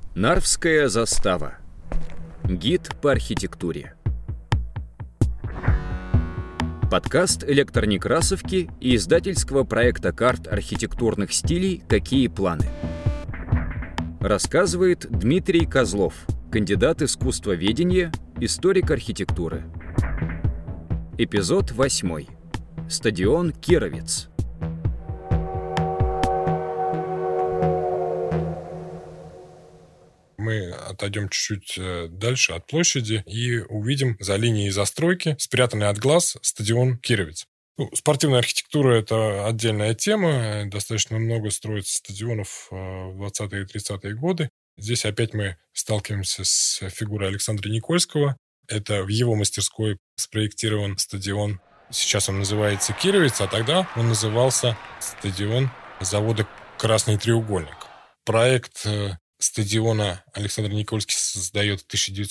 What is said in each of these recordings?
Нарвская застава. Гид по архитектуре. Подкаст электронекрасовки и издательского проекта карт архитектурных стилей «Какие планы?». Рассказывает Дмитрий Козлов, кандидат искусствоведения, историк архитектуры. Эпизод 8. Стадион Кировец. Мы отойдем чуть-чуть дальше от площади и увидим за линией застройки, спрятанный от глаз, стадион Кировец. Спортивная архитектура – это отдельная тема. Достаточно много строится стадионов в 20-е и 30-е годы. Здесь опять мы сталкиваемся с фигурой Александра Никольского. Это в его мастерской спроектирован стадион. Сейчас он называется Кировец, а тогда он назывался стадион завода «Красный треугольник». Проект стадиона Александр Никольский создает в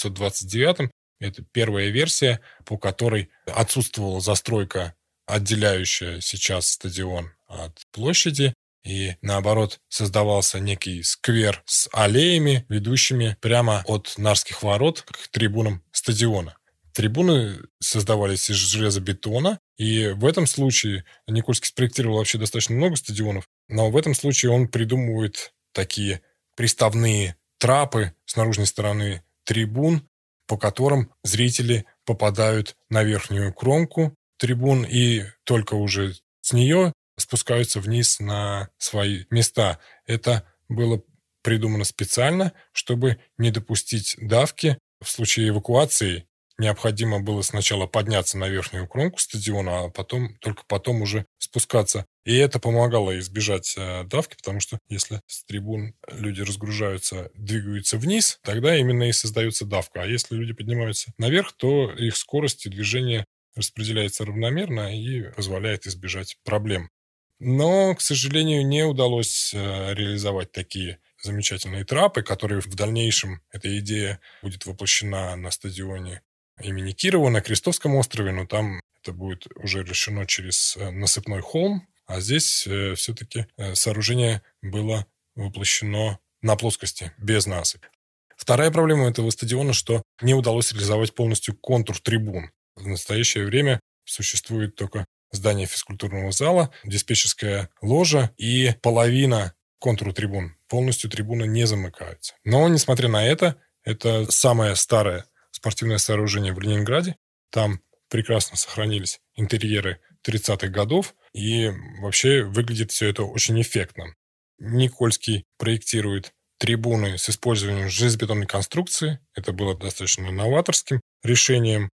1929-м. Это первая версия, по которой отсутствовала застройка, отделяющая сейчас стадион от площади, и, наоборот, создавался некий сквер с аллеями, ведущими прямо от Нарвских ворот к трибунам стадиона. Трибуны создавались из железобетона, и в этом случае Никольский спроектировал вообще достаточно много стадионов, но в этом случае он придумывает такие приставные трапы с наружной стороны трибун, по которым зрители попадают на верхнюю кромку трибун и только уже с нее спускаются вниз на свои места. Это было придумано специально, чтобы не допустить давки. В случае эвакуации необходимо было сначала подняться на верхнюю кромку стадиона, а только потом уже спускаться. И это помогало избежать давки, потому что если с трибун люди разгружаются, двигаются вниз, тогда именно и создается давка. А если люди поднимаются наверх, то их скорость и движение распределяется равномерно и позволяет избежать проблем. Но, к сожалению, не удалось реализовать такие замечательные трапы, которые в дальнейшем, эта идея будет воплощена на стадионе имени Кирова на Крестовском острове, но там это будет уже решено через насыпной холм, а здесь все-таки сооружение было воплощено на плоскости, без насыпи. Вторая проблема этого стадиона, что не удалось реализовать полностью контур трибун. В настоящее время существует только здание физкультурного зала, диспетчерская ложа и половина контура трибун. Полностью трибуны не замыкаются. Но, несмотря на это самое старое спортивное сооружение в Ленинграде. Там прекрасно сохранились интерьеры 30-х годов, и вообще выглядит все это очень эффектно. Никольский проектирует трибуны с использованием железобетонной конструкции. Это было достаточно новаторским решением,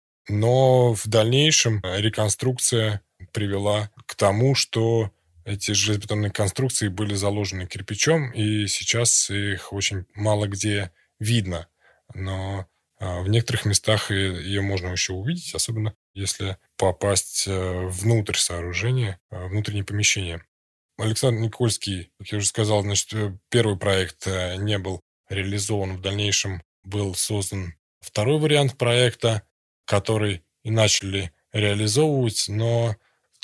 но в дальнейшем реконструкция привела к тому, что эти железобетонные конструкции были заложены кирпичом, и сейчас их очень мало где видно. Но в некоторых местах ее можно еще увидеть, особенно если попасть внутрь сооружения, внутреннее помещение. Александр Никольский, как я уже сказал, первый проект не был реализован. В дальнейшем был создан второй вариант проекта, который и начали реализовывать, но в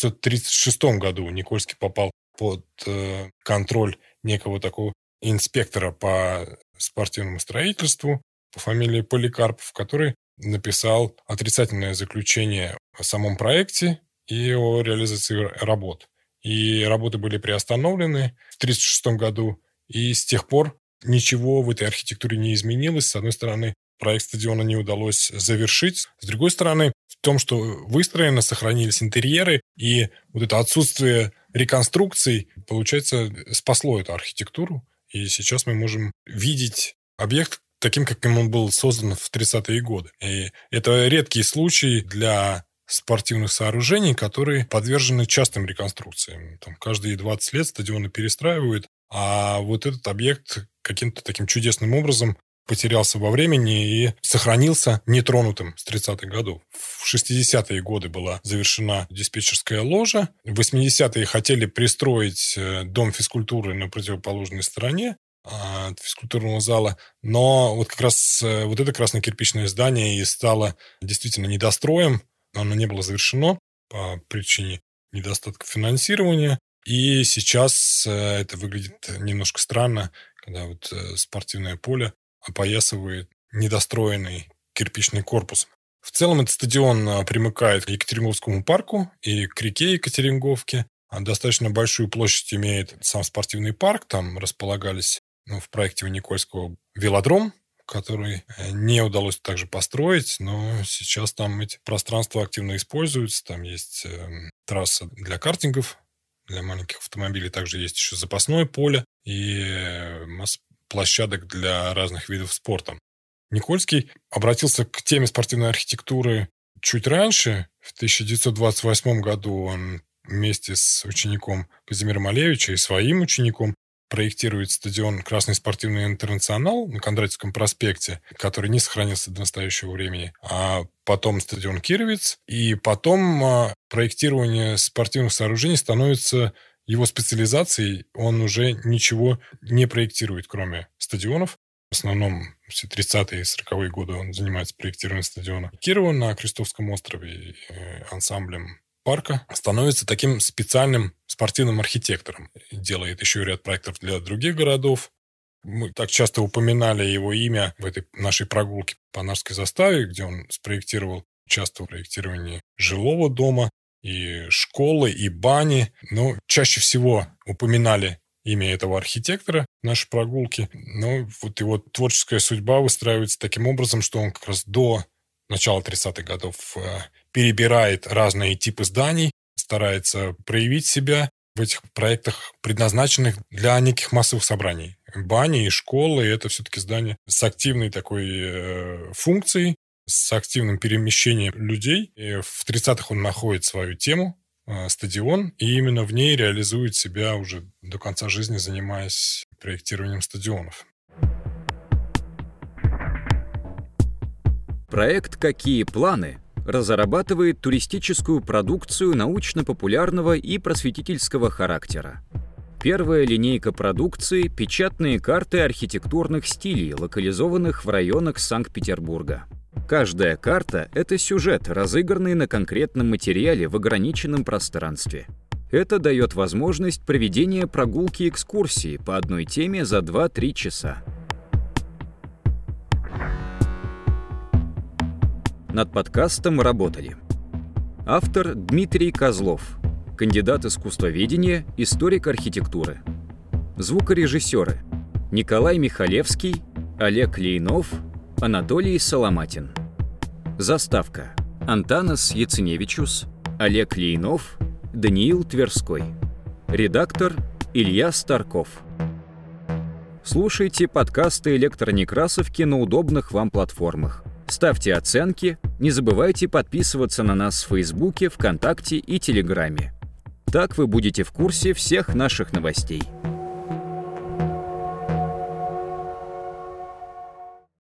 1936 году Никольский попал под контроль некого такого инспектора по спортивному строительству по фамилии Поликарпов, который написал отрицательное заключение о самом проекте и о реализации работ. И работы были приостановлены в 1936 году, и с тех пор ничего в этой архитектуре не изменилось. С одной стороны, проект стадиона не удалось завершить. С другой стороны, в том, что выстроено, сохранились интерьеры, и вот это отсутствие реконструкций, получается, спасло эту архитектуру. И сейчас мы можем видеть объект таким, каким он был создан в 30-е годы. И это редкий случай для спортивных сооружений, которые подвержены частым реконструкциям. Там каждые 20 лет стадионы перестраивают, а вот этот объект каким-то таким чудесным образом потерялся во времени и сохранился нетронутым с 30-х годов. В 60-е годы была завершена диспетчерская ложа. В 80-е хотели пристроить дом физкультуры на противоположной стороне от физкультурного зала, но вот как раз вот это красно-кирпичное здание и стало действительно недостроем, оно не было завершено по причине недостатка финансирования. И сейчас это выглядит немножко странно, когда вот спортивное поле опоясывает недостроенный кирпичный корпус. В целом этот стадион примыкает к Екатеринговскому парку и к реке Екатеринговке. Достаточно большую площадь имеет сам спортивный парк. Там располагались в проекте Никольского велодром, который не удалось также построить, но сейчас там эти пространства активно используются. Там есть трасса для картингов, для маленьких автомобилей. Также есть еще запасное поле и масса площадок для разных видов спорта. Никольский обратился к теме спортивной архитектуры чуть раньше. В 1928 году он вместе с учеником Казимира Малевича и своим учеником проектирует стадион «Красный спортивный интернационал» на Кондратьевском проспекте, который не сохранился до настоящего времени, а потом стадион «Кировец». И потом проектирование спортивных сооружений становится его специализацией. Он уже ничего не проектирует, кроме стадионов. В основном все 30-е и 40-е годы он занимается проектированием стадиона Кирова на Крестовском острове ансамблем парка, становится таким специальным спортивным архитектором. Делает еще ряд проектов для других городов. Мы так часто упоминали его имя в этой нашей прогулке по Нарвской заставе, где он участвовал в проектировании жилого дома, и школы, и бани. Но чаще всего упоминали имя этого архитектора в нашей прогулке. Но вот его творческая судьба выстраивается таким образом, что он как раз до начала 30-х годов перебирает разные типы зданий, старается проявить себя в этих проектах, предназначенных для неких массовых собраний. Бани и школы – это все-таки здания с активной такой функцией, с активным перемещением людей. И в 30-х он находит свою тему, стадион, и именно в ней реализует себя уже до конца жизни, занимаясь проектированием стадионов. Проект «Какие планы?» разрабатывает туристическую продукцию научно-популярного и просветительского характера. Первая линейка продукции – печатные карты архитектурных стилей, локализованных в районах Санкт-Петербурга. Каждая карта – это сюжет, разыгранный на конкретном материале в ограниченном пространстве. Это дает возможность проведения прогулки-экскурсии по одной теме за 2-3 часа. Над подкастом работали автор Дмитрий Козлов, кандидат искусствоведения, историк архитектуры. Звукорежиссеры Николай Михалевский, Олег Лейнов, Анатолий Соломатин. Заставка Антанас Яценевичус, Олег Лейнов, Даниил Тверской. Редактор Илья Старков. Слушайте подкасты «Электронекрасовки» на удобных вам платформах. Ставьте оценки, не забывайте подписываться на нас в Фейсбуке, ВКонтакте и Телеграме. Так вы будете в курсе всех наших новостей.